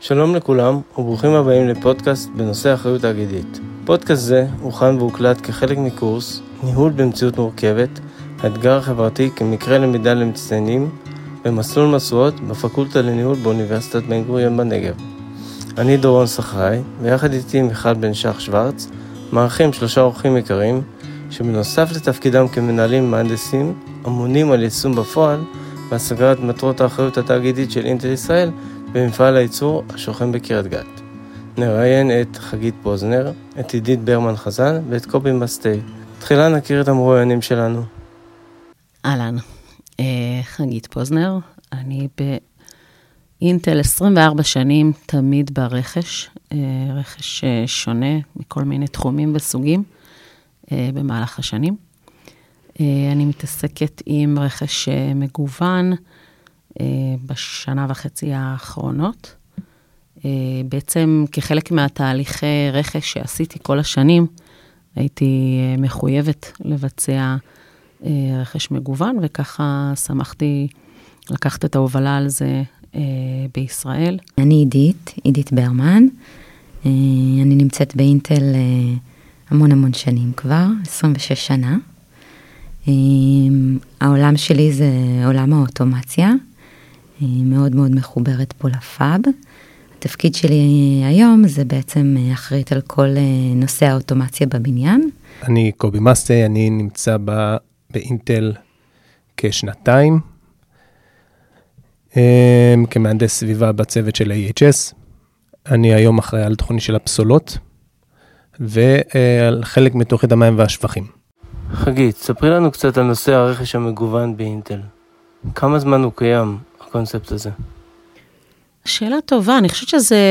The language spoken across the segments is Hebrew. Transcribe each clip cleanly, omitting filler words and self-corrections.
שלום לכולם וברוכים הבאים לפודקאסט בנושא אחריות תאגידית. פודקאסט זה הוכן והוקלט כחלק מקורס ניהול במציאות מורכבת, האתגר החברתי כמקרה למידה למצטיינים במסלול מסועות בפקולטה לניהול באוניברסיטת בן גוריון בנגב. אני דורון סחראי ויחד איתי מיכל בן שח שוורץ מארחים 3 אורחים יקרים שבנוסף לתפקידם כמנהלים מהנדסים אמונים על יישום בפועל והשגת מטרות האחריות התאגידית של אינטל ישראל במפעל הייצור השוכן בקריית גת. נראיין את חגית פוזנר, את עידית ברמן חזן ואת קובי מסטי. תחילה נכיר את המרואיינים שלנו. אהלן, חגית פוזנר, אני באינטל 24 שנים תמיד ברכש, רכש שונה מכל מיני תחומים וסוגים במהלך השנים. אני מתעסקת עם רכש מגוון בשנה וחצי האחרונות. בעצם כחלק מהתהליכי רכש שעשיתי כל השנים, הייתי מחויבת לבצע רכש מגוון, וככה שמחתי לקחת את ההובלה על זה בישראל. אני עידית ברמן. אני נמצאת באינטל המון שנים כבר, 26 שנה. העולם שלי זה עולם האוטומציה, מאוד מחוברת פה לפאב. התפקיד שלי היום זה בעצם אחראית על כל נושא האוטומציה בבניין. אני קובי מסטי, אני נמצא באינטל כשנתיים, כמהנדס סביבה בצוות של AHS. אני היום אחראי על תוכנית של הפסולות, ועל חלק מתוכנית המים והשפכים. חגית, ספרי לנו קצת על נושא הרכש המגוון באינטל. כמה זמן הוא קיים, הקונספט הזה? שאלה טובה, אני חושבת שזה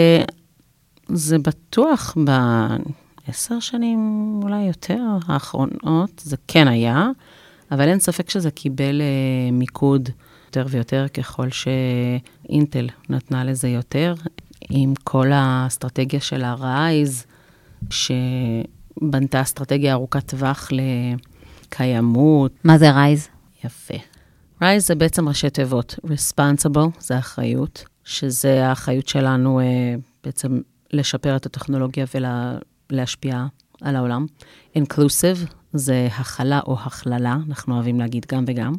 בטוח ב10 שנים, אולי יותר האחרונות, זה כן היה, אבל אין ספק שזה קיבל מיקוד יותר ויותר ככל שאינטל נתנה לזה יותר, עם כל האסטרטגיה של הרייז, שבנתה אסטרטגיה ארוכת טווח לקיימות. מה זה רייז? יפה. רייז זה בעצם ראשי תיבות. Responsible זה האחריות, שזה האחריות שלנו בעצם לשפר את הטכנולוגיה ולהשפיע על העולם. Inclusive זה הכלה או הכללה, אנחנו אוהבים להגיד גם וגם.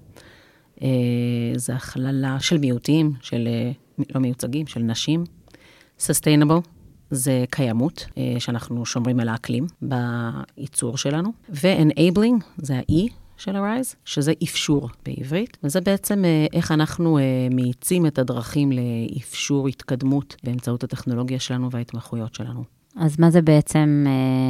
זה הכללה של מיעוטים, של לא מיוצגים, של נשים. Sustainable זה קיימות, שאנחנו שומרים על האקלים בייצור שלנו. ו-Enabling זה ה-E של ה-RISE, שזה אפשור בעברית. וזה בעצם איך אנחנו מאיצים את הדרכים לאפשור התקדמות באמצעות הטכנולוגיה שלנו וההתמחויות שלנו. אז מה זה בעצם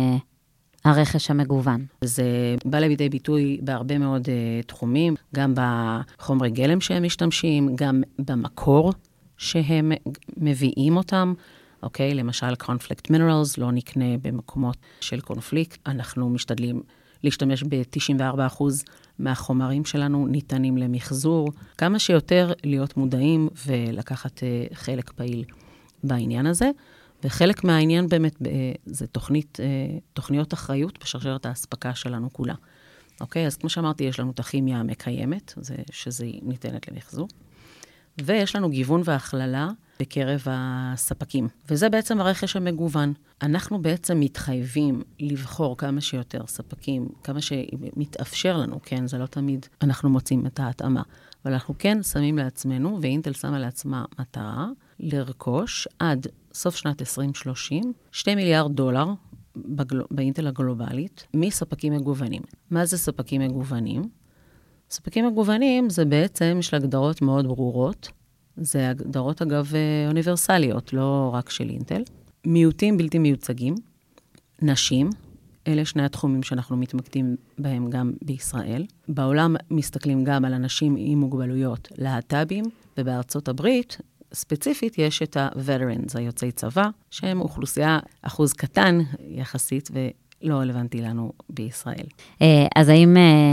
הרכש המגוון? זה בא לידי ביטוי בהרבה מאוד תחומים, גם בחומרי גלם שהם משתמשים, גם במקור שהם מביאים אותם. אוקיי, למשל, conflict minerals לא נקנה במקומות של קונפליקט. אנחנו משתדלים להשתמש ב-94% מהחומרים שלנו ניתנים למחזור. כמה שיותר להיות מודעים ולקחת חלק פעיל בעניין הזה. וחלק מהעניין באמת זה תוכניות אחריות בשרשרת ההספקה שלנו כולה. אוקיי, אז כמו שאמרתי, יש לנו את הכימיה המקיימת, שזה ניתנת למחזור. ויש לנו גיוון והכללה בקרב הספקים. וזה בעצם הרכש המגוון. אנחנו בעצם מתחייבים לבחור כמה שיותר ספקים, כמה שמתאפשר לנו, כן? זה לא תמיד אנחנו מוצאים את ההתאמה. אבל אנחנו כן שמים לעצמנו, ואינטל שמה לעצמה מטרה, לרכוש עד סוף שנת 2030, $2 מיליארד באינטל הגלובלית, מספקים מגוונים. מה זה ספקים מגוונים? ספקים מגוונים זה בעצם, יש לה הגדרות מאוד ברורות, זה הגדרות אגב אוניברסליות, לא רק של אינטל. מיעוטים בלתי מיוצגים, נשים, אלה שני התחומים שאנחנו מתמקדים בהם גם בישראל. בעולם מסתכלים גם על אנשים עם מוגבלויות להט"בים, ובארצות הברית ספציפית יש את ה-veterans, היוצאי צבא, שהם אוכלוסייה אחוז קטן יחסית ולא רלוונטי לנו בישראל. אז האם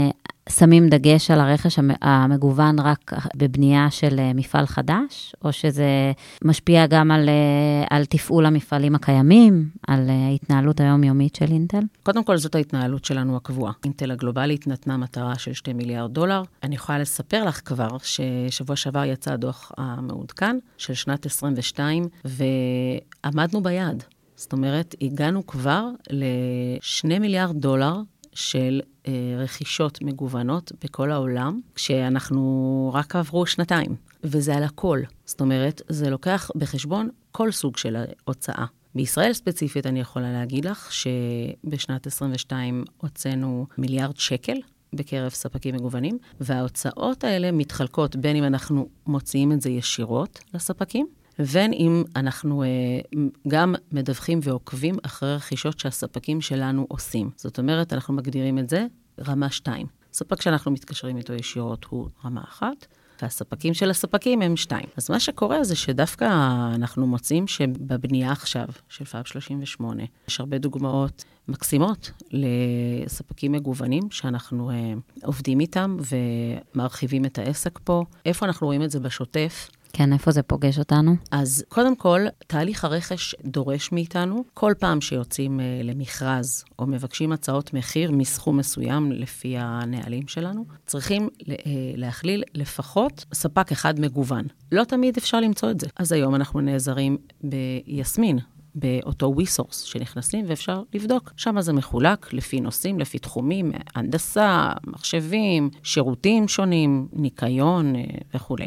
שמים דגש על הרכש המגוון רק בבנייה של מפעל חדש, או שזה משפיע גם על תפעול המפעלים הקיימים, על ההתנהלות היומיומית של אינטל? קודם כל, זאת ההתנהלות שלנו הקבועה. אינטל הגלובלית נתנה מטרה של $2 מיליארד. אני יכולה לספר לך כבר ששבוע שעבר יצא הדוח המעודכן של שנת 22, ועמדנו ביעד. זאת אומרת, הגענו כבר ל$2 מיליארד של רכישות מגוונות בכל העולם, כשאנחנו רק עברו שנתיים, וזה על הכל. זאת אומרת, זה לוקח בחשבון כל סוג של הוצאה. בישראל ספציפית אני יכולה להגיד לך שבשנת 22 הוצאנו $1 מיליארד בקרב ספקים מגוונים, וההוצאות האלה מתחלקות בין אם אנחנו מוציאים את זה ישירות לספקים, ובין אם אנחנו גם מדווחים ועוקבים אחרי רכישות שהספקים שלנו עושים. זאת אומרת, אנחנו מגדירים את זה רמה 2. ספק שאנחנו מתקשרים איתו ישירות הוא רמה 1, והספקים של הספקים הם 2. אז מה שקורה זה שדווקא אנחנו מוצאים שבבנייה עכשיו של פאב 38, יש הרבה דוגמאות מקסימות לספקים מגוונים שאנחנו עובדים איתם ומרחיבים את העסק פה. איפה אנחנו רואים את זה בשוטף? כן, איפה זה פוגש אותנו? אז קודם כל, תהליך הרכש דורש מאיתנו, כל פעם שיוצאים למכרז או מבקשים הצעות מחיר מסכום מסוים לפי הנהלים שלנו, צריכים להכליל לפחות ספק אחד מגוון. לא תמיד אפשר למצוא את זה. אז היום אנחנו נעזרים ביסמין, באותו WeSource שנכנסים ואפשר לבדוק. שם זה מחולק לפי נושאים, לפי תחומים, הנדסה, מחשבים, שירותים שונים, ניקיון וכו'.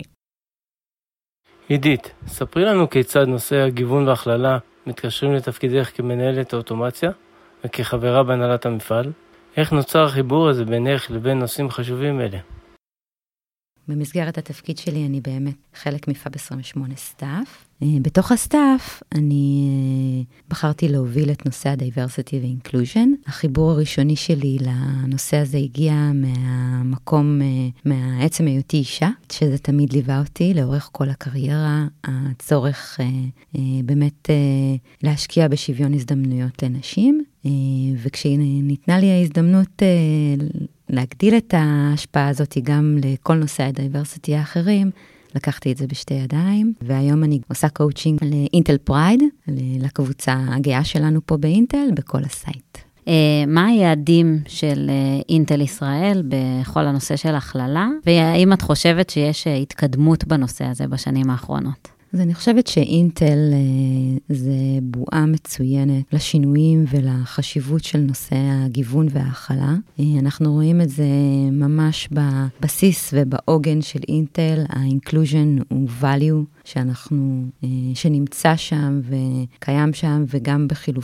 עידית, ספרי לנו כיצד נושא הגיוון והכללה מתקשרים לתפקידך כמנהלת האוטומציה וכחברה בהנהלת המפעל. איך נוצר החיבור הזה בינך לבין נושאים חשובים אלה? במסגרת התפקיד שלי אני באמת חלק מפאב 28 סטאף. בתוך הסטאף אני בחרתי להוביל את נושא ה-Diversity ו-Inclusion. החיבור הראשוני שלי לנושא הזה הגיע מהמקום, מהעצם היותי אישה, שזה תמיד ליווה אותי לאורך כל הקריירה, הצורך באמת להשקיע בשוויון הזדמנויות לנשים, וכשניתנה לי ההזדמנות להגדיל את ההשפעה הזאת גם לכל נושא הדייברסיטי האחרים, לקחתי את זה בשתי ידיים, והיום אני עושה קואוצ'ינג לאינטל פרייד, לקבוצה הגאה שלנו פה באינטל, בכל הסייט. מה היעדים של אינטל ישראל בכל הנושא של הכללה, והאם את חושבת שיש התקדמות בנושא הזה בשנים האחרונות? אז אני חושבת שאינטל זה בועה מצוינת לשינויים ולחשיבות של נושא הגיוון וההכלה. אנחנו רואים את זה ממש בבסיס ובעוגן של אינטל. ה-inclusion הוא value שנמצא שם וקיים שם, וגם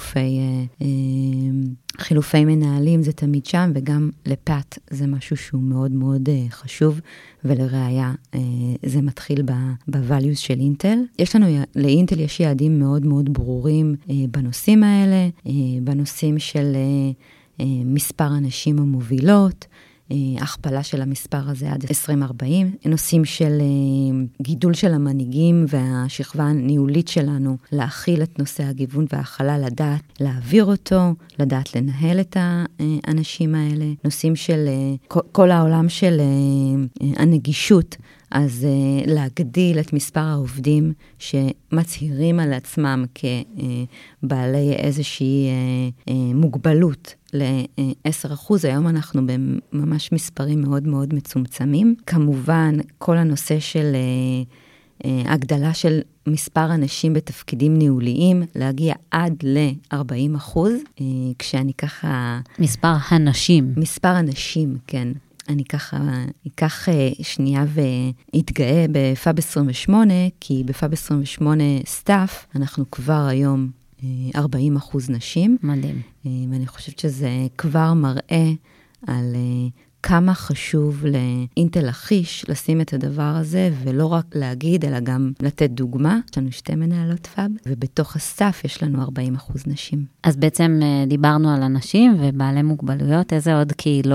חילופי מנהלים זה תמיד שם, וגם לפאט זה משהו שהוא מאוד מאוד חשוב, ולראיה זה מתחיל ב-values של אינטל. לאינטל יש יעדים מאוד מאוד ברורים בנושאים האלה, בנושאים של מספר הנשים המובילות, הכפלה של המספר הזה עד 2040, נושאים של גידול של המנהיגים והשכבה הניהולית שלנו, להכיל את נושא הגיוון וההכלה, לדעת להעביר אותו, לדעת לנהל את האנשים האלה, נושאים של כל העולם של הנגישות, אז להגדיל את מספר העובדים שמצהירים על עצמם כבעלי איזושהי מוגבלות ל-10%. היום אנחנו בממש מספרים מאוד מאוד מצומצמים. כמובן, כל הנושא של הגדלה של מספר אנשים בתפקידים ניהוליים, להגיע עד ל-40%, כשאני ככה... מספר הנשים. מספר הנשים, כן. אני ככה אקח שנייה והתגאה בפאב 28, כי בפאב 28 סטאף, אנחנו כבר היום 40% נשים. מדהים. ואני חושבת שזה כבר מראה על כמה חשוב לאינטל אחיש לשים את הדבר הזה, ולא רק להגיד, אלא גם לתת דוגמה. יש לנו 2 מנהלות פאב, ובתוך הסטאף יש לנו 40% נשים. אז בעצם דיברנו על אנשים ובעלי מוגבלויות, איזה עוד קהילות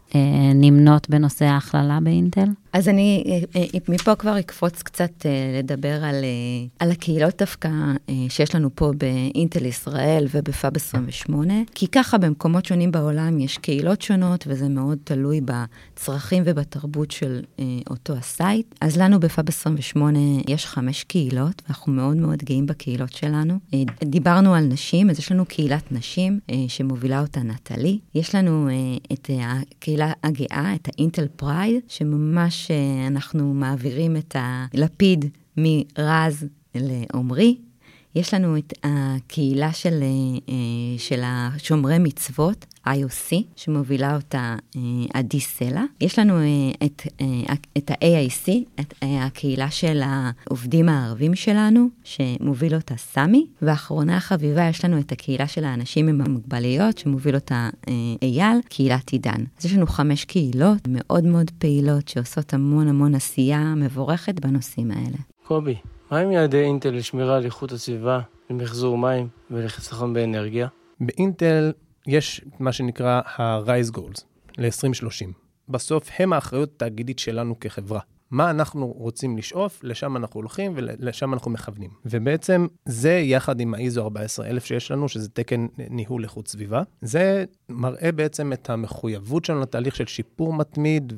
נמנות בנושא ההכללה באינטל? אז אני מפה כבר אקפוץ קצת לדבר על הקהילות דווקא שיש לנו פה באינטל ישראל ובפאב 28, כי ככה במקומות שונים בעולם יש קהילות שונות, וזה מאוד תלוי בצרכים ובתרבות של אותו הסייט. אז לנו בפאב 28 יש 5 קהילות, ואנחנו מאוד מאוד גאים בקהילות שלנו. דיברנו על נשים, אז יש לנו קהילת נשים שמובילה אותה נטלי. יש לנו את הקהילה הגאה, את האינטל פרייד, שממש אנחנו מעבירים את הלפיד מרז לעומרי. יש לנו את הקהילה של השומרי מצוות, IOC, שמובילה אותה עדי סלע. יש לנו את ה-AIC, את הקהילה של העובדים הערבים שלנו, שמוביל אותה סמי. ואחרונה החביבה, יש לנו את הקהילה של האנשים עם המוגבליות, שמוביל אותה אייל, קהילת עידן. אז יש לנו 5 קהילות מאוד מאוד פעילות, שעושות המון המון עשייה מבורכת בנושאים האלה. קובי, מה עם יעדי אינטל לשמירה על איכות הסביבה, למחזור מים ולחיסכון באנרגיה? באינטל יש מה שנקרא ה-Rise Goals ל-2030. בסוף הם האחריות התאגידית שלנו כחברה. מה אנחנו רוצים לשאוף, לשם אנחנו הולכים ולשם אנחנו מכוונים. ובעצם זה יחד עם ה-ISO 14000 שיש לנו, שזה תקן ניהול איכות סביבה, זה מראה בעצם את המחויבות שלנו לתהליך של שיפור מתמיד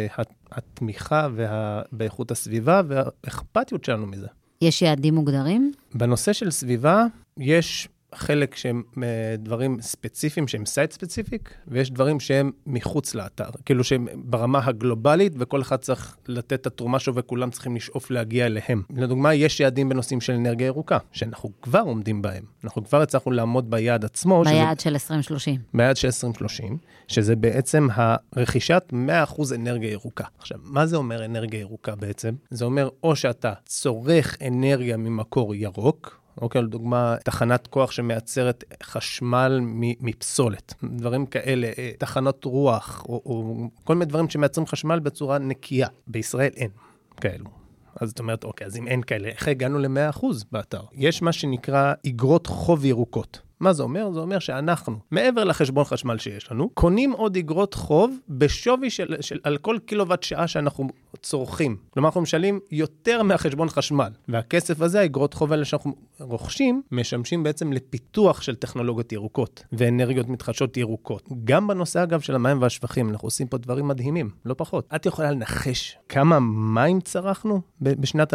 והתמיכה באיכות הסביבה והאכפתיות שלנו מזה. יש יעדים מוגדרים? בנושא של סביבה יש חלק שהם דברים ספציפיים, שהם סייט ספציפיק, ויש דברים שהם מחוץ לאתר, כאילו שהם ברמה הגלובלית, וכל אחד צריך לתת את התרומה שלו, וכולם צריכים לשאוף להגיע אליהם. לדוגמה, יש יעדים בנושאים של אנרגיה ירוקה, שאנחנו כבר עומדים בהם. אנחנו כבר הצלחנו לעמוד ביעד עצמו. ביעד של 2030. ביעד של 2030, שזה בעצם הרכישת 100% אנרגיה ירוקה. עכשיו, מה זה אומר אנרגיה ירוקה בעצם? זה אומר או שאתה צורך אנרגיה ממקור ירוק, אוקיי, לדוגמה, תחנת כוח שמייצרת חשמל מפסולת, דברים כאלה, תחנות רוח, או כל מיני דברים שמייצרים חשמל בצורה נקייה. בישראל אין כאלו. אז זאת אומרת, אוקיי, אז אם אין כאלה, איך הגענו ל-100% באתר? יש מה שנקרא אגרות חוב ירוקות. מה זה אומר? זה אומר שאנחנו, מעבר לחשבון חשמל שיש לנו, קונים עוד אגרות חוב בשווי על כל קילוואט שעה שאנחנו צורכים. כלומר, אנחנו משלמים יותר מהחשבון חשמל. והכסף הזה, האגרות חוב האלה שאנחנו רוכשים, משמשים בעצם לפיתוח של טכנולוגיות ירוקות, ואנרגיות מתחדשות ירוקות. גם בנושא, אגב, של המים והשפכים, אנחנו עושים פה דברים מדהימים, לא פחות. את יכולה לנחש כמה מים צרכנו בשנת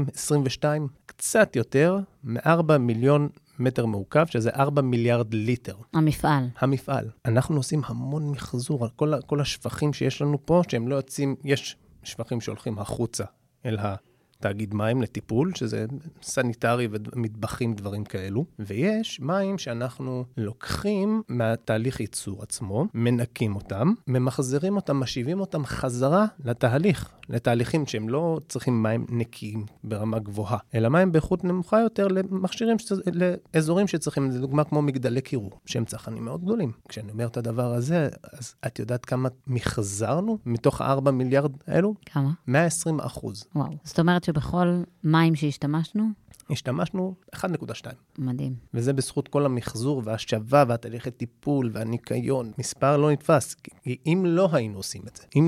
2022? קצת יותר מ4 מיליון מטר מעוקב, שזה 4 מיליארד ליטר. המפעל. אנחנו עושים המון מחזור על כל השפכים שיש לנו פה, שהם לא יוצאים, יש שפכים שהולכים החוצה אל תאגיד מים לטיפול, שזה סניטרי ומטבחים, דברים כאלו. ויש מים שאנחנו לוקחים מהתהליך ייצור עצמו, מנקים אותם, ממחזרים אותם, משיבים אותם חזרה לתהליכים שהם לא צריכים מים נקיים ברמה גבוהה, אלא מים באיכות נמוכה יותר למכשירים, לאזורים שצריכים, לדוגמה כמו מגדלי קירור, שהם צרכנים מאוד גדולים. כשאני אומר את הדבר הזה, אז את יודעת כמה מחזרנו מתוך 4 מיליארד האלו? כמה? 120%. וואו. זאת אומרת שבכל מים שהשתמשנו? השתמשנו 1.2. מדהים. וזה בזכות כל המחזור והשבה והתהליכי טיפול והניקיון. מספר לא נתפס. אם לא היינו עושים את זה. אם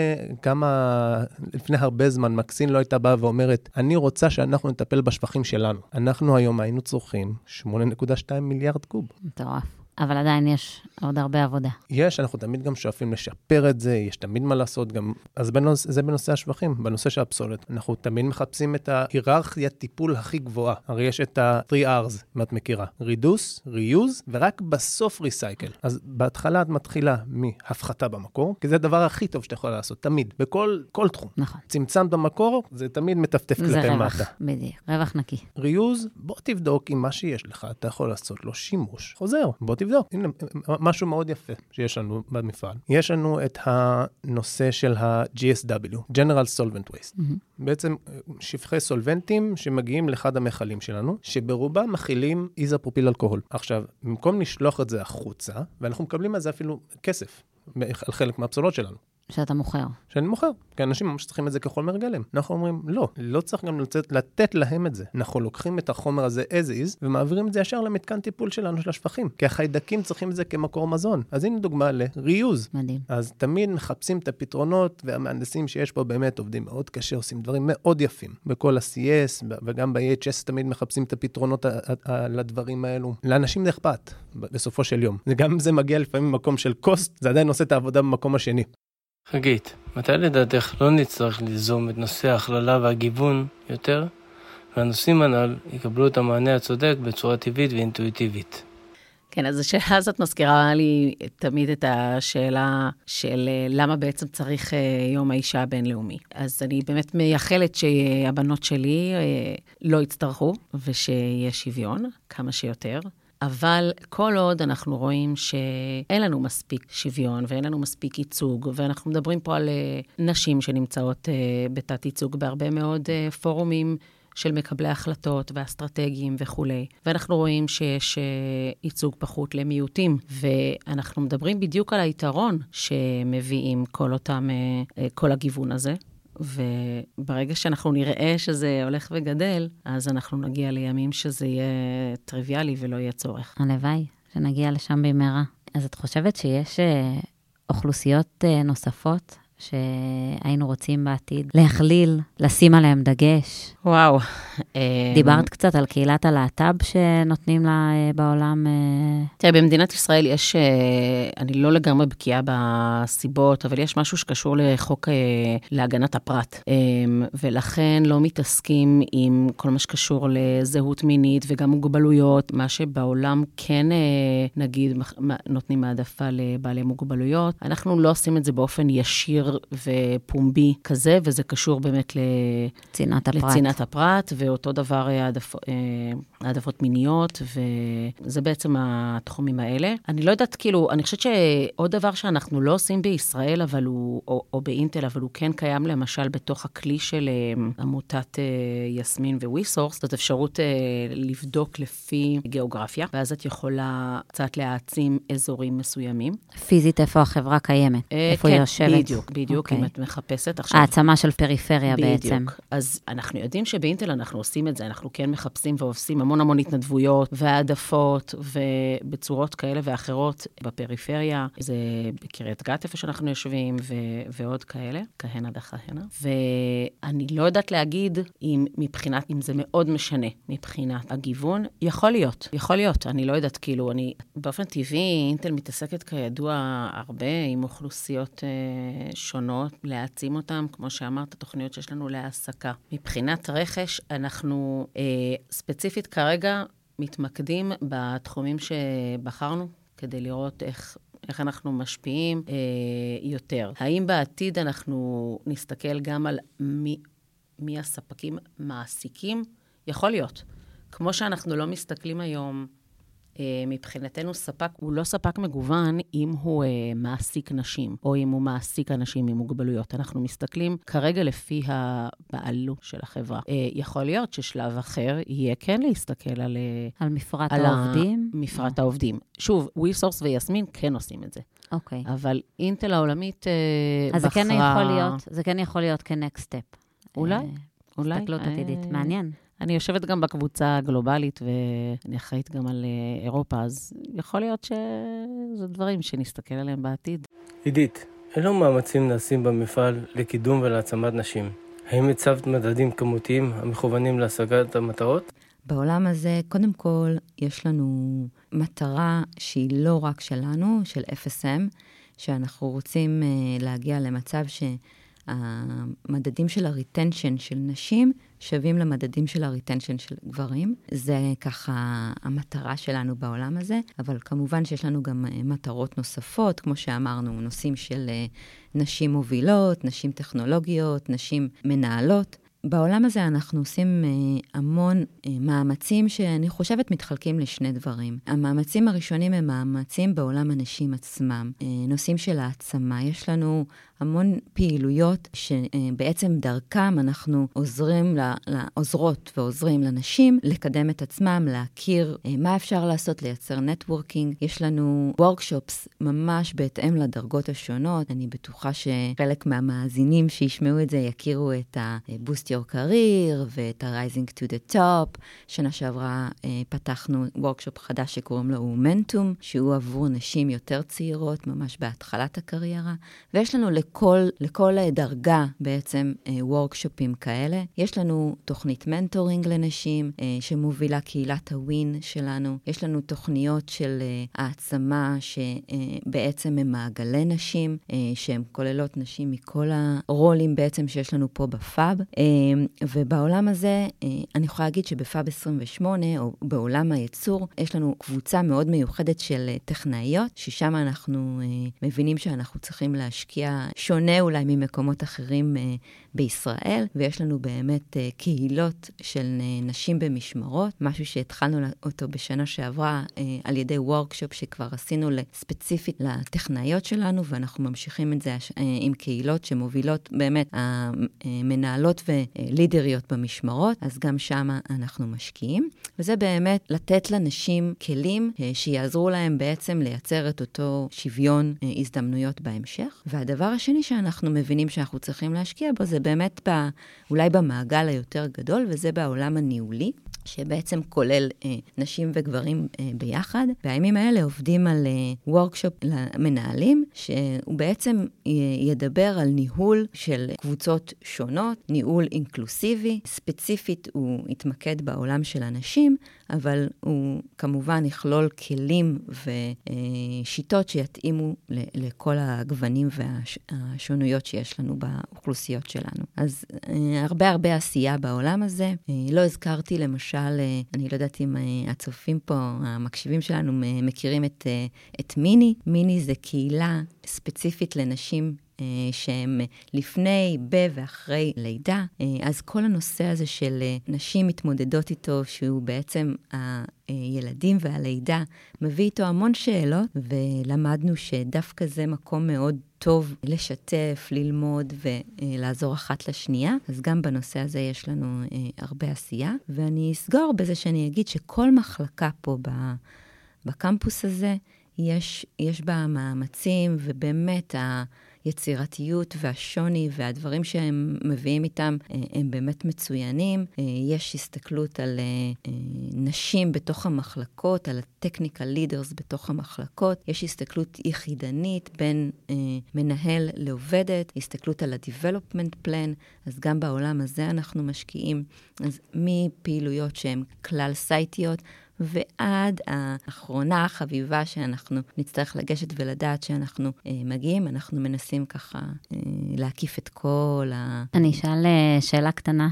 לפני הרבה זמן מקסין לא הייתה באה ואומרת, אני רוצה שאנחנו נטפל בשפכים שלנו. אנחנו היום היינו צורכים 8.2 מיליארד קוב. מטורף. אבל עדיין יש עוד הרבה עבודה. יש, אנחנו תמיד גם שואפים לשפר את זה, יש תמיד מה לעשות גם, אז זה בנושא השפכים, בנושא של הפסולת. אנחנו תמיד מחפשים את ההיררכיית טיפול הכי גבוהה. הרי יש את ה-3Rs, אם את מכירה. Reduce, Reuse, ורק בסוף Recycle. אז בהתחלה את מתחילה מהפחתה במקור, כי זה הדבר הכי טוב שאתה יכול לעשות, תמיד, בכל תחום. נכון. צמצמת במקור, זה תמיד מטפטף כלפי מטה. זה רווח, בדיוק, רווח נקי. Reuse, בוא תבדוק אם מה שיש לך, אתה יכול לעשות לו שימוש. חוזר, בוא תבדוק. הנה, משהו מאוד יפה שיש לנו במפעל. יש לנו את הנושא של ה-GSW, General Solvent Waste. בעצם שפכי סולבנטים שמגיעים לאחד המחלים שלנו, שברובם מכילים איזופרופיל אלכוהול. עכשיו, במקום לשלוח את זה החוצה, ואנחנו מקבלים על זה אפילו כסף, על חלק מהפסולות שלנו. שאתה מוכר. שאני מוכר, כי אנשים ממש צריכים את זה כחומר גלם. אנחנו אומרים, לא צריך גם לתת להם את זה. אנחנו לוקחים את החומר הזה as is, ומעבירים את זה ישר למתקן טיפול שלנו של השפכים, כי החיידקים צריכים את זה כמקור מזון. אז הנה דוגמה ל-reuse. מדהים. אז תמיד מחפשים את הפתרונות, והמהנדסים שיש פה באמת עובדים מאוד קשה, עושים דברים מאוד יפים. בכל ה-CS וגם ב-HS תמיד מחפשים את הפתרונות לדברים האלו. לאנשים זה אכפת, בסופו של יום. גם זה מגיע לפעמים ממקום של קוסט, זה עדיין עושה את העבודה במקום השני. חגית, מתי לדעתך לא נצטרך ליזום את נושא ההכללה והגיוון יותר, והנושאים הנ"ל יקבלו את המענה הצודק בצורה טבעית ואינטואיטיבית? כן, אז השאלה הזאת מזכירה לי תמיד את השאלה של למה בעצם צריך יום האישה הבינלאומי. אז אני באמת מייחלת שהבנות שלי לא יצטרכו, ושיהיה שוויון כמה שיותר. אבל כל עוד אנחנו רואים שאין לנו מספיק שוויון ואין לנו מספיק ייצוג, ואנחנו מדברים פה על נשים שנמצאות בתת ייצוג בהרבה מאוד פורומים של מקבלי החלטות ואסטרטגיים וכו'. ואנחנו רואים שיש ייצוג פחות למיעוטים, ואנחנו מדברים בדיוק על היתרון שמביאים כל הגיוון הזה. וברגע שאנחנו נראה שזה הולך וגדל, אז אנחנו נגיע לימים שזה יהיה טריוויאלי ולא יהיה צורך. הלוואי, שנגיע לשם במהרה. אז את חושבת שיש אוכלוסיות נוספות שהיינו רוצים בעתיד להכליל, לשים עליהם דגש? וואו. דיברת קצת על קהילת הלהט"ב שנותנים לה בעולם. תראה, במדינת ישראל יש, אני לא לגמרי בקיאה בסיבות, אבל יש משהו שקשור לחוק להגנת הפרט. ולכן לא מתעסקים עם כל מה שקשור לזהות מינית וגם מוגבלויות, מה שבעולם כן, נגיד, נותנים העדפה לבעלי מוגבלויות. אנחנו לא עושים את זה באופן ישיר ופומבי כזה, וזה קשור באמת לצנעת הפרט, ואותו דבר העדפות מיניות, וזה בעצם התחומים האלה. אני לא יודעת, כאילו, אני חושבת שעוד דבר שאנחנו לא עושים בישראל, אבל או באינטל, אבל הוא כן קיים למשל בתוך הכלי של עמותת יסמין וויסורס, זאת אפשרות לבדוק לפי גיאוגרפיה, ואז את יכולה קצת להעצים אזורים מסוימים. פיזית איפה החברה קיימת? איפה היא יושבת? בדיוק, אם את מחפשת עכשיו. העצמה של פריפריה בעצם. אז אנחנו יודעים שבאינטל אנחנו עושים את זה, אנחנו כן מחפשים ועושים המון התנדבויות והעדפות ובצורות כאלה ואחרות בפריפריה. זה בקריית גת איפה שאנחנו יושבים ועוד כאלה, כהנה דכהנה. ואני לא יודעת להגיד אם זה מאוד משנה מבחינת הגיוון. יכול להיות. אני לא יודעת, כאילו, באופן טבעי, אינטל מתעסקת כידוע הרבה עם אוכלוסיות שונות, להעצים אותם, כמו שאמרת, התוכניות שיש לנו להעסקה. מבחינת רכש, אנחנו ספציפית כרגע מתמקדים בתחומים שבחרנו, כדי לראות איך אנחנו משפיעים יותר. האם בעתיד אנחנו נסתכל גם על מי הספקים מעסיקים? יכול להיות. כמו שאנחנו לא מסתכלים היום, מבחינתנו ספק הוא לא ספק מגוון אם הוא מעסיק נשים, או אם הוא מעסיק אנשים עם מוגבלויות. אנחנו מסתכלים כרגע לפי הבעלות של החברה. יכול להיות ששלב אחר יהיה כן להסתכל על מפרט העובדים. מפרט העובדים. שוב, וויסורס ויסמין כן עושים את זה. אוקיי. אבל אינטל העולמית אז זה כן יכול להיות כ-next step. אולי. הסתכלות עתידית. מעניין. אני יושבת גם בקבוצה הגלובלית, ואני אחראית גם על אירופה, אז יכול להיות שזה דברים שנסתכל עליהם בעתיד. עידית, אילו מאמצים נעשים במפעל לקידום ולהעצמת נשים? האם הצבת מדדים כמותיים המכוונים להשגת המטרות? בעולם הזה, קודם כל, יש לנו מטרה שהיא לא רק שלנו, של FSM, שאנחנו רוצים להגיע למצב המדדים של הריטנשן של נשים שווים למדדים של הריטנשן של גברים. זה ככה המטרה שלנו בעולם הזה, אבל כמובן שיש לנו גם מטרות נוספות, כמו שאמרנו, נושאים של נשים מובילות, נשים טכנולוגיות, נשים מנהלות. בעולם הזה אנחנו עושים המון מאמצים שאני חושבת מתחלקים לשני דברים. המאמצים הראשונים הם מאמצים בעולם הנשים עצמם, נושאים של העצמה. יש לנו המון פעילויות שבעצם דרכם אנחנו עוזרות ועוזרים לנשים לקדם את עצמם, להכיר מה אפשר לעשות, לייצר נטוורקינג. יש לנו וורקשופס ממש בהתאם לדרגות השונות. אני בטוחה שחלק מהמאזינים שישמעו את זה יכירו את ה-Boost Your Career ואת ה-Rising to the Top. שנה שעברה פתחנו וורקשופ חדש שקוראים לו מומנטום, שהוא עבור נשים יותר צעירות, ממש בהתחלת הקריירה. ויש לנו לכל דרגה בעצם וורקשופים כאלה. יש לנו תוכנית מנטורינג לנשים שמובילה קהילת הווין שלנו. יש לנו תוכניות של העצמה שבעצם הם מעגלי נשים, שהן כוללות נשים מכל הרולים בעצם שיש לנו פה בפאב. ובעולם הזה אני יכולה להגיד שבפאב 28 או בעולם הייצור יש לנו קבוצה מאוד מיוחדת של טכנאיות, ששם אנחנו מבינים שאנחנו צריכים להשקיע שונה אולי ממקומות אחרים בישראל, ויש לנו באמת קהילות של נשים במשמרות, משהו שהתחלנו אותו בשנה שעברה על ידי וורקשופ שכבר עשינו ספציפית לטכנאיות שלנו, ואנחנו ממשיכים את זה עם קהילות שמובילות באמת המנהלות ולידריות במשמרות, אז גם שם אנחנו משקיעים, וזה באמת לתת לנשים כלים שיעזרו להם בעצם לייצר את אותו שוויון הזדמנויות בהמשך. והדבר השני שאנחנו מבינים שאנחנו צריכים להשקיע בו, זה באמת אולי במעגל היותר גדול, וזה בעולם הניהולי, שבעצם כולל נשים וגברים ביחד. והימים האלה עובדים על וורקשופ למנהלים, שהוא בעצם ידבר על ניהול של קבוצות שונות, ניהול אינקלוסיבי. ספציפית הוא יתמקד בעולם של הנשים, אבל הוא כמובן יכלול כלים ושיטות שיתאימו לכל הגוונים והשונויות שיש לנו באוכלוסיות שלנו. אז הרבה עשייה בעולם הזה. לא הזכרתי למשל, אני לא יודעת אם הצופים פה, המקשיבים שלנו מכירים את מיני. מיני זה קהילה ספציפית לנשים שהם לפני, ואחרי לידה. אז כל הנושא הזה של נשים מתמודדות איתו, שהוא בעצם הילדים והלידה, מביא איתו המון שאלות, ולמדנו שדווקא זה מקום מאוד טוב לשתף, ללמוד ולעזור אחת לשנייה. אז גם בנושא הזה יש לנו הרבה עשייה, ואני אסגור בזה שאני אגיד שכל מחלקה פה בקמפוס הזה, יש בה מאמצים, ובאמת היצירתיות והשוני והדברים שהם מביאים איתם הם באמת מצוינים. יש הסתכלות על נשים בתוך המחלקות, על הטכניקל לידרס בתוך המחלקות. יש הסתכלות יחידנית בין מנהל לעובדת, הסתכלות על ה-development plan, אז גם בעולם הזה אנחנו משקיעים. אז מפעילויות שהן כלל סייטיות, ועד האחרונה החביבה שאנחנו נצטרך לגשת ולדעת שאנחנו מגיעים, אנחנו מנסים ככה להקיף את כל אני אשאל שאלה קטנה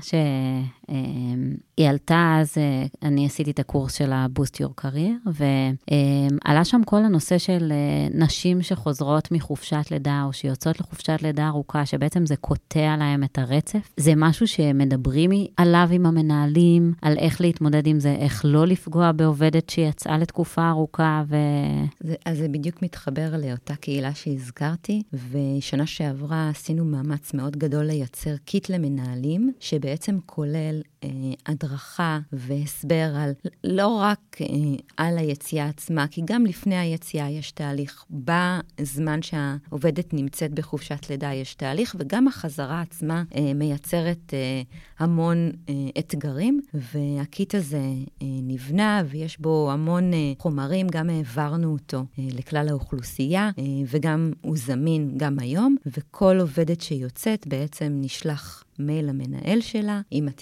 שהיא עלתה, אז אני עשיתי את הקורס של ה-Boost Your Career, ועלה שם כל הנושא של נשים שחוזרות מחופשת לידה, או שיוצאות לחופשת לידה ארוכה, שבעצם זה קוטע להם את הרצף. זה משהו שמדברים עליו עם המנהלים, על איך להתמודד עם זה, איך לא לפגוע בעובדת שיצאה לתקופה ארוכה. אז זה בדיוק מתחבר לאותה קהילה שהזכרתי, ושנה שעברה עשינו מאמץ מאוד גדול לייצר קיט למנהלים, שבעצם כולל הדרכה והסבר על, לא רק על היציאה עצמה, כי גם לפני היציאה יש תהליך, בזמן שהעובדת נמצאת בחופשת לידה יש תהליך, וגם החזרה עצמה מייצרת המון אתגרים, והקיט הזה נבנה, ויש בו המון חומרים, גם העברנו אותו לכלל האוכלוסייה, וגם הוא זמין גם היום, וכל עובדת שיוצאת בעצם נשלח מייל למנהל שלה, עם התזכורת,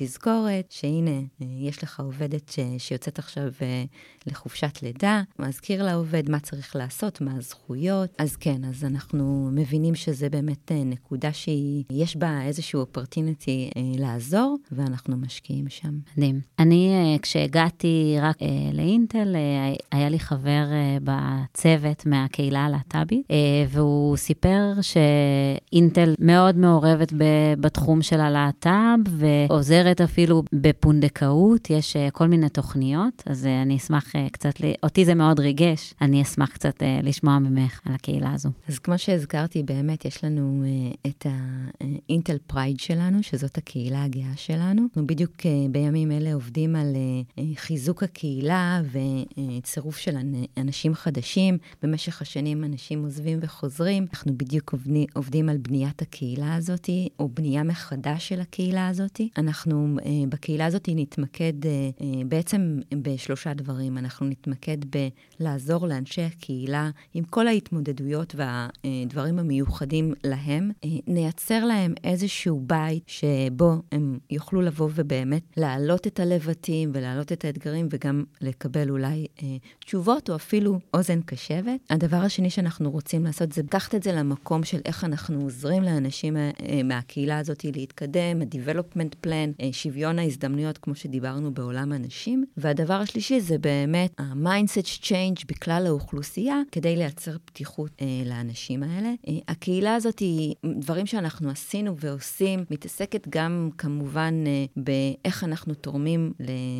תקשורת, שהנה, יש לך עובדת שיוצאת עכשיו לחופשת לידה, מזכיר לעובד מה צריך לעשות, מה הזכויות. אז כן, אז אנחנו מבינים שזה באמת נקודה שיש בה איזשהו opportunity לעזור, ואנחנו משקיעים שם. מדהים. אני, כשהגעתי רק לאינטל, היה לי חבר בצוות מהקהילה הלהט"בית, והוא סיפר שאינטל מאוד מעורבת בתחום של הלהט"ב, ועוזרת אפילו בפונדקאות, יש כל מיני תוכניות, אז אני אשמח קצת, אותי זה מאוד ריגש, אני אשמח קצת לשמוע ממך על הקהילה הזו. אז כמו שהזכרתי, באמת יש לנו את האינטל פרייד שלנו, שזאת הקהילה הגאה שלנו. אנחנו בדיוק בימים אלה עובדים על חיזוק הקהילה וצירוף של אנשים חדשים. במשך השנים אנשים עוזבים וחוזרים. אנחנו בדיוק עובדים על בניית הקהילה הזאת, או בנייה מחדש של הקהילה הזאת. אנחנו בקהילה הזאת נתמקד בעצם בשלושה דברים. אנחנו נתמקד בלעזור לאנשי הקהילה עם כל ההתמודדויות והדברים המיוחדים להם. נייצר להם איזשהו בית שבו הם יוכלו לבוא ובאמת להעלות את הלבטים ולהעלות את האתגרים וגם לקבל אולי תשובות או אפילו אוזן קשבת. הדבר השני שאנחנו רוצים לעשות זה לקחת את זה למקום של איך אנחנו עוזרים לאנשים מהקהילה הזאת להתקדם, ה-development plan, שוויון ההזדמנויות כמו שדיברנו בעולם הנשים. והדבר השלישי זה באמת ה-mindset change בכלל האוכלוסייה כדי לייצר פתיחות לאנשים האלה. הקהילה הזאת היא דברים שאנחנו עשינו ועושים, מתעסקת גם כמובן באיך אנחנו תורמים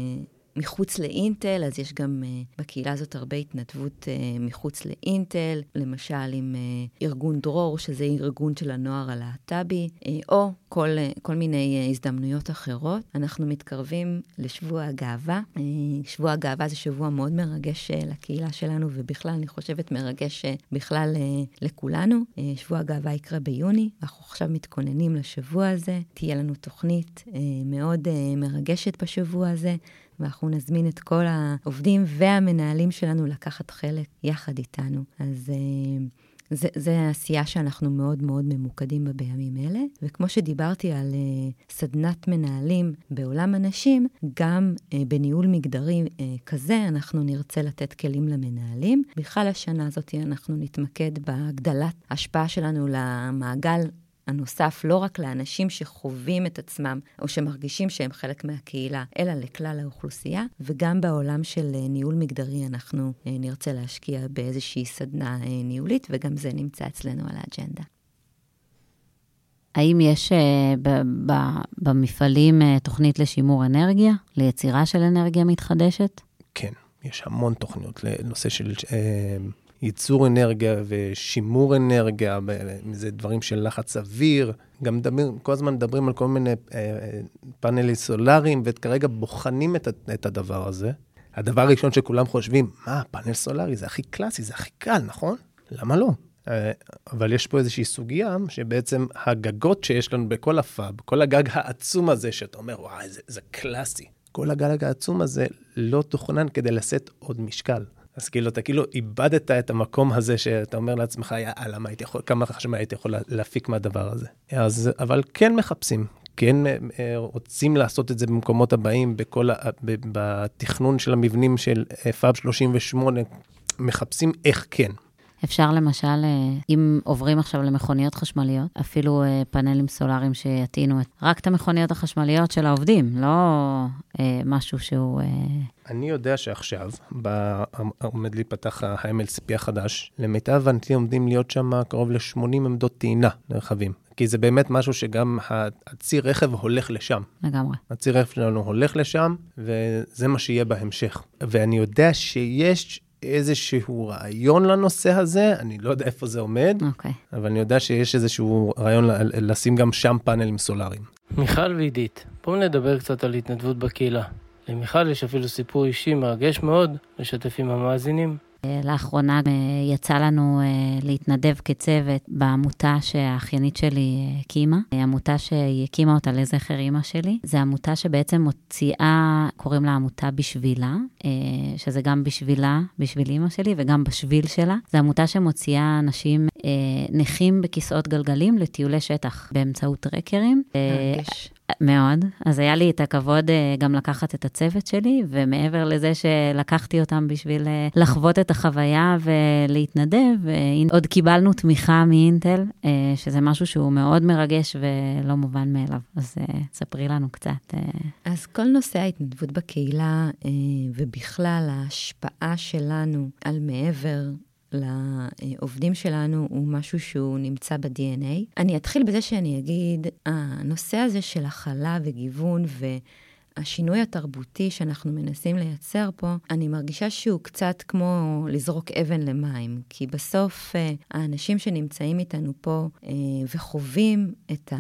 מחוץ לאינטל, אז יש גם בקהילה הזאת הרבה התנדבות מחוץ לאינטל, למשל עם ארגון דרור, שזה ארגון של הנוער הלהט"בי, או כל מיני הזדמנויות אחרות. אנחנו מתקרבים לשבוע הגאווה. שבוע הגאווה זה שבוע מאוד מרגש לקהילה שלנו, ובכלל אני חושבת מרגש בכלל לכולנו. שבוע הגאווה יקרה ביוני, אנחנו עכשיו מתכוננים לשבוע הזה. תהיה לנו תוכנית מאוד מרגשת בשבוע הזה, ואנחנו נזמין את כל העובדים והמנהלים שלנו לקחת חלק יחד איתנו. אז זה העשייה שאנחנו מאוד מאוד ממוקדים בה בימים אלה. וכמו שדיברתי על סדנת מנהלים בעולם הנשים, גם בניהול מגדרי כזה אנחנו נרצה לתת כלים למנהלים. בכלל השנה הזאת אנחנו נתמקד בהגדלת ההשפעה שלנו למעגל הנוסף, לא רק לאנשים שחווים את עצמם, או שמרגישים שהם חלק מהקהילה, אלא לכלל האוכלוסייה, וגם בעולם של ניהול מגדרי אנחנו נרצה להשקיע באיזושהי סדנה ניהולית, וגם זה נמצא אצלנו על האג'נדה. האם יש במפעלים תוכנית לשימור אנרגיה, ליצירה של אנרגיה מתחדשת? כן, יש המון תוכניות לנושא של ייצור אנרגיה ושימור אנרגיה, זה דברים של לחץ אוויר, גם כל הזמן מדברים על כל מיני פאנלים סולריים, וכרגע בוחנים את הדבר הזה. הדבר הראשון שכולם חושבים, מה, פאנל סולרי, זה הכי קלאסי, זה הכי קל, נכון? למה לא? אבל יש פה איזושהי סוגיה, שבעצם הגגות שיש לנו בכל הפאב, כל הגג העצום הזה, שאתה אומר, וואי, זה קלאסי. כל הגג העצום הזה לא תוכנן כדי לשאת עוד משקל. אז כאילו, אתה כאילו איבדת את המקום הזה שאתה אומר לעצמך, כמה חשמל הייתי יכול להפיק מהדבר הזה. אבל כן מחפשים, כן רוצים לעשות את זה במקומות הבאים, בתכנון של המבנים של פאב 38, מחפשים איך כן. אפשר למשל, אם עוברים עכשיו למכוניות חשמליות, אפילו פאנלים סולריים שיתינו רק את המכוניות החשמליות של העובדים, לא משהו שהוא... אני יודע שעכשיו, עומד להיפתח ה-MLCP החדש, למיטב הבנתי עומדים להיות שם קרוב ל-80 עמדות טעינה לרכבים. כי זה באמת משהו שגם הציר רכב הולך לשם. לגמרי. הציר רכב שלנו הולך לשם, וזה מה שיהיה בהמשך. ואני יודע שיש איזשהו רעיון לנושא הזה, אני לא יודע איפה זה עומד, אבל אני יודע שיש איזשהו רעיון לשים גם שם פאנלים סולריים. מיכל ועידית, בואו נדבר קצת על התנדבות בקהילה. למיכל יש אפילו סיפור אישי מרגש מאוד לשתף עם המאזינים. לאחרונה יצא לנו להתנדב כצוות בעמותה שהאחיינית שלי הקימה. עמותה שהיא הקימה אותה לזכר אמא שלי. זו עמותה שבעצם מוציאה, קוראים לה עמותה בשבילה, שזה גם בשבילה, בשביל אמא שלי וגם בשביל שלה. זו עמותה שמוציאה אנשים נכים בכיסאות גלגלים לטיולי שטח באמצעות טרקרים. מאוד. אז היה לי את הכבוד גם לקחת את הצוות שלי, ומעבר לזה שלקחתי אותם בשביל לחוות את החוויה ולהתנדב, עוד קיבלנו תמיכה מאינטל, שזה משהו שהוא מאוד מרגש ולא מובן מאליו. אז ספרי לנו קצת. אז כל נושא ההתנדבות בקהילה, ובכלל ההשפעה שלנו על מעבר לעובדים שלנו הוא משהו שהוא נמצא ב-DNA. אני אתחיל בזה שאני אגיד, הנושא הזה של הכלה וגיוון והשינוי התרבותי שאנחנו מנסים לייצר פה, אני מרגישה שהוא קצת כמו לזרוק אבן למים, כי בסוף האנשים שנמצאים איתנו פה וחווים את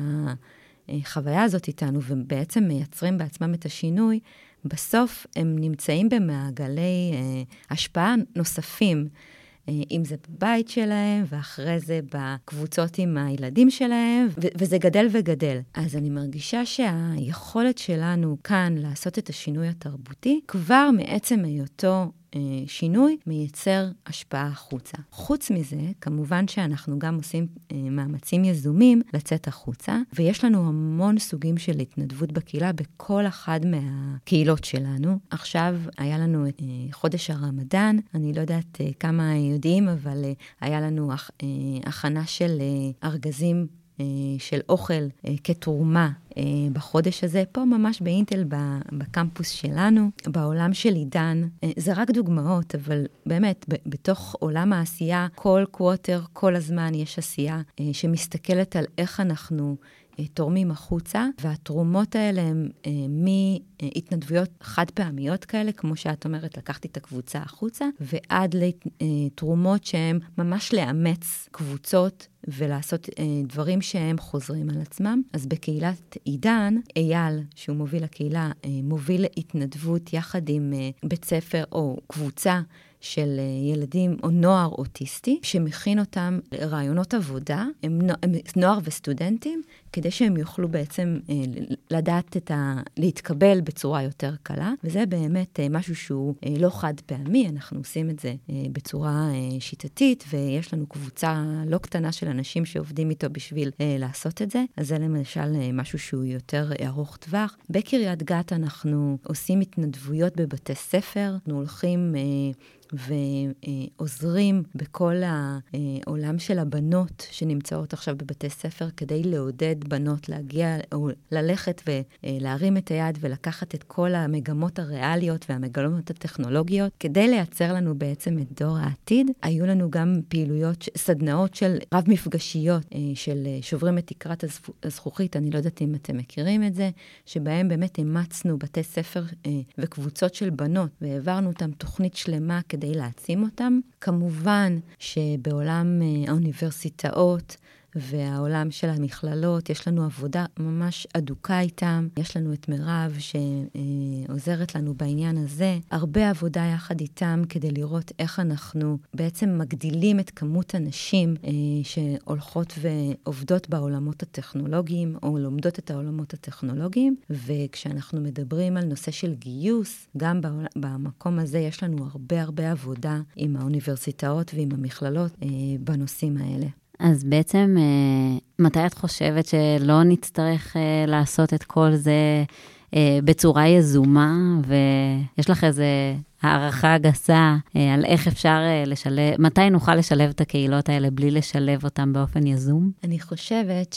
החוויה הזאת איתנו ובעצם מייצרים בעצמם את השינוי, בסוף הם נמצאים במעגלי השפעה נוספים, אם זה בבית שלהם, ואחרי זה בקבוצות עם הילדים שלהם, וזה גדל וגדל. אז אני מרגישה שהיכולת שלנו כאן לעשות את השינוי התרבותי, כבר מעצם היותו שינוי מייצר השפעה החוצה. חוץ מזה, כמובן שאנחנו גם עושים מאמצים יזומים לצאת החוצה, ויש לנו המון סוגים של התנדבות בקהילה בכל אחד מהקהילות שלנו. עכשיו היה לנו את חודש הרמדאן, אני לא יודעת כמה יודעים, אבל היה לנו הכנה של ארגזים של אוכל כתרומה בחודש הזה, פה ממש באינטל בקמפוס שלנו, בעולם של עידן. זה רק דוגמאות, אבל באמת, בתוך עולם העשייה, כל קווטר, כל הזמן יש עשייה שמסתכלת על איך אנחנו תורמים החוצה, והתרומות האלה הן מהתנדבויות חד פעמיות כאלה, כמו שאת אומרת, לקחתי את הקבוצה החוצה, ועד לתרומות שהן ממש לאמץ קבוצות, ולעשות דברים שהם חוזרים על עצמם. אז בקהילת עידן, אייל, שהוא מוביל הקהילה, מוביל התנדבות יחד עם בית ספר או קבוצה של ילדים או נוער אוטיסטי, שמכין אותם לרעיונות עבודה, הם נוער וסטודנטים, כדי שהם יוכלו בעצם לדעת להתקבל בצורה יותר קלה, וזה באמת משהו שהוא לא חד פעמי, אנחנו עושים את זה בצורה שיטתית, ויש לנו קבוצה לא קטנה של אנשים שעובדים איתו בשביל לעשות את זה, אז זה למשל משהו שהוא יותר ארוך טווח. בקריית גת אנחנו עושים התנדבויות בבתי ספר, אנחנו הולכים ועוזרים בכל העולם של הבנות שנמצאות עכשיו בבתי ספר, כדי לעודד בנות להגיע או ללכת ולהרים את היד ולקחת את כל המגמות הריאליות והמגמות הטכנולוגיות, כדי לייצר לנו בעצם את דור העתיד. היו לנו גם פעילויות, סדנאות של רב מפגשיות של שוברים את תקרת הזכוכית, אני לא יודעת אם אתם מכירים את זה, שבהם באמת אימצנו בתי ספר וקבוצות של בנות, והעברנו אותם תוכנית שלמה כדי להעצים אותם. כמובן שבעולם האוניברסיטאות והעולם של המכללות, יש לנו עבודה ממש אדוקה איתם. יש לנו את מירב שעוזרת לנו בעניין הזה. הרבה עבודה יחד איתם כדי לראות איך אנחנו בעצם מגדילים את כמות הנשים שהולכות ועובדות בעולמות הטכנולוגיים, או לומדות את העולמות הטכנולוגיים. וכשאנחנו מדברים על נושא של גיוס, גם במקום הזה יש לנו הרבה עבודה עם האוניברסיטאות ועם המכללות בנושאים האלה. אז בעצם, מתי את חושבת שלא נצטרך לעשות את כל זה בצורה יזומה, ויש לך איזו הערכה גסה על איך אפשר לשלב, מתי נוכל לשלב את הקהילות האלה בלי לשלב אותם באופן יזום? אני חושבת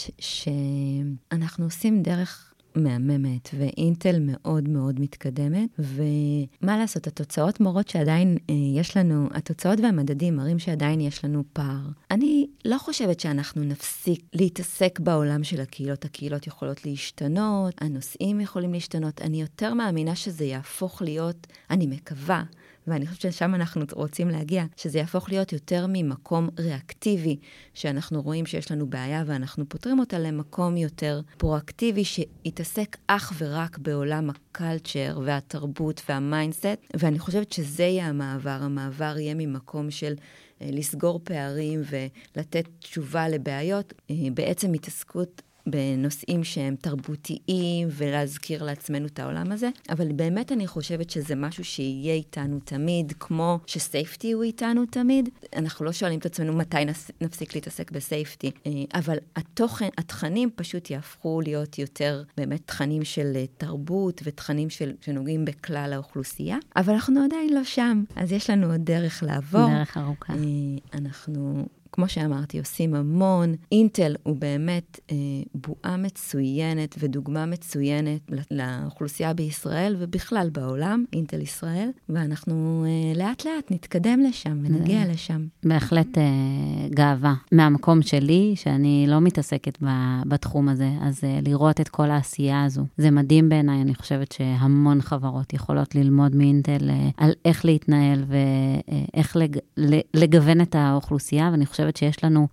שאנחנו עושים דרך מהממת, ואינטל מאוד מאוד מתקדמת, ומה לעשות, התוצאות מורות שעדיין יש לנו, התוצאות והמדדים מראים שעדיין יש לנו פער. אני לא חושבת שאנחנו נפסיק להתעסק בעולם של הקהילות. הקהילות יכולות להשתנות, הנושאים יכולים להשתנות, אני יותר מאמינה שזה יהפוך להיות, אני מקווה, ואני חושבת ששם אנחנו רוצים להגיע, שזה יהפוך להיות יותר ממקום ריאקטיבי, שאנחנו רואים שיש לנו בעיה, ואנחנו פותרים אותה למקום יותר פרואקטיבי, שיתעסק אך ורק בעולם הקלצ'ר והתרבות והמיינדסט, ואני חושבת שזה יהיה המעבר. המעבר יהיה ממקום של לסגור פערים ולתת תשובה לבעיות, בעצם התעסקות בנושאים שהם תרבותיים, ולהזכיר לעצמנו את העולם הזה, אבל באמת אני חושבת שזה משהו שיהיה איתנו תמיד, כמו שסייפטי הוא איתנו תמיד. אנחנו לא שואלים את עצמנו מתי נפסיק להתעסק בסייפטי, אבל התכנים פשוט יהפכו להיות יותר באמת תכנים של תרבות, ותכנים שנוגעים בכלל האוכלוסייה, אבל אנחנו עדיין לא שם, אז יש לנו עוד דרך לעבור. דרך ארוכה. אנחנו, כמו שאמרתי, עושים המון. אינטל הוא באמת בועה מצוינת ודוגמה מצוינת לאוכלוסייה בישראל ובכלל בעולם, אינטל ישראל, ואנחנו לאט לאט נתקדם לשם ונגיע לשם. בהחלט גאווה. מהמקום שלי, שאני לא מתעסקת בתחום הזה, אז לראות את כל העשייה הזו. זה מדהים בעיניי, אני חושבת שהמון חברות יכולות ללמוד מאינטל על איך להתנהל ואיך לגוון את האוכלוסייה, ואני חושבת שיש לנו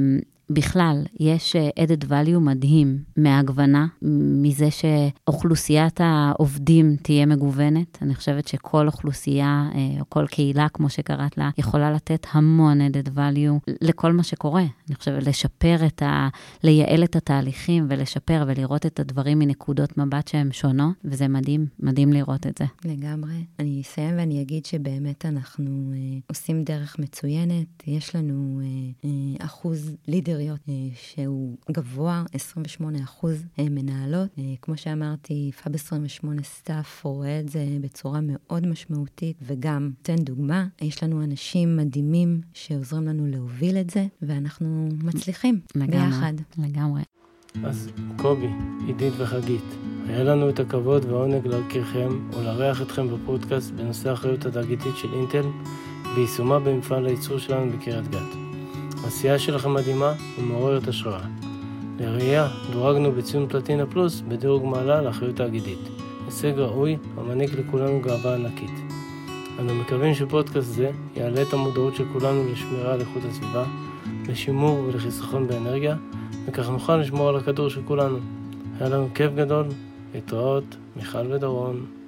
בכלל, יש added value מדהים מהגוונה, מזה שאוכלוסיית העובדים תהיה מגוונת. אני חושבת שכל אוכלוסייה, או כל קהילה, כמו שקראת לה, יכולה לתת המון added value לכל מה שקורה. אני חושבת לשפר לייעל את התהליכים, ולשפר ולראות את הדברים מנקודות מבט שהן שונות, וזה מדהים, מדהים לראות את זה. לגמרי. אני אסיים ואני אגיד שבאמת אנחנו עושים דרך מצוינת. יש לנו אחוז לידר שהוא גבוה, 28% מנהלות. כמו שאמרתי, פאב 28 סטאפ רואה את זה בצורה מאוד משמעותית, וגם תן דוגמה, יש לנו אנשים מדהימים שעוזרים לנו להוביל את זה, ואנחנו מצליחים ביחד. לגמרי. אז קובי, עידית וחגית, היה לנו את הכבוד והעונג להכירכם ולארח אתכם בפודקאסט בנושא האחריות התאגידית של אינטל, ביישומה במפעל הייצור שלנו בקריית גת. העשייה שלכם מדהימה ומעוררת השראה. לראייה, דורגנו בציון פלטינה פלוס בדירוג מעלה לאחריות תאגידית. הישג ראוי המעניק לכולנו גאווה ענקית. אנו מקווים שפודקאסט זה יעלה את המודעות של כולנו לשמירה על איכות הסביבה, לשימור ולחיסכון באנרגיה, וכך נוכל לשמור על הכדור של כולנו. היה לנו כיף גדול, להתראות, מיכל ודורון.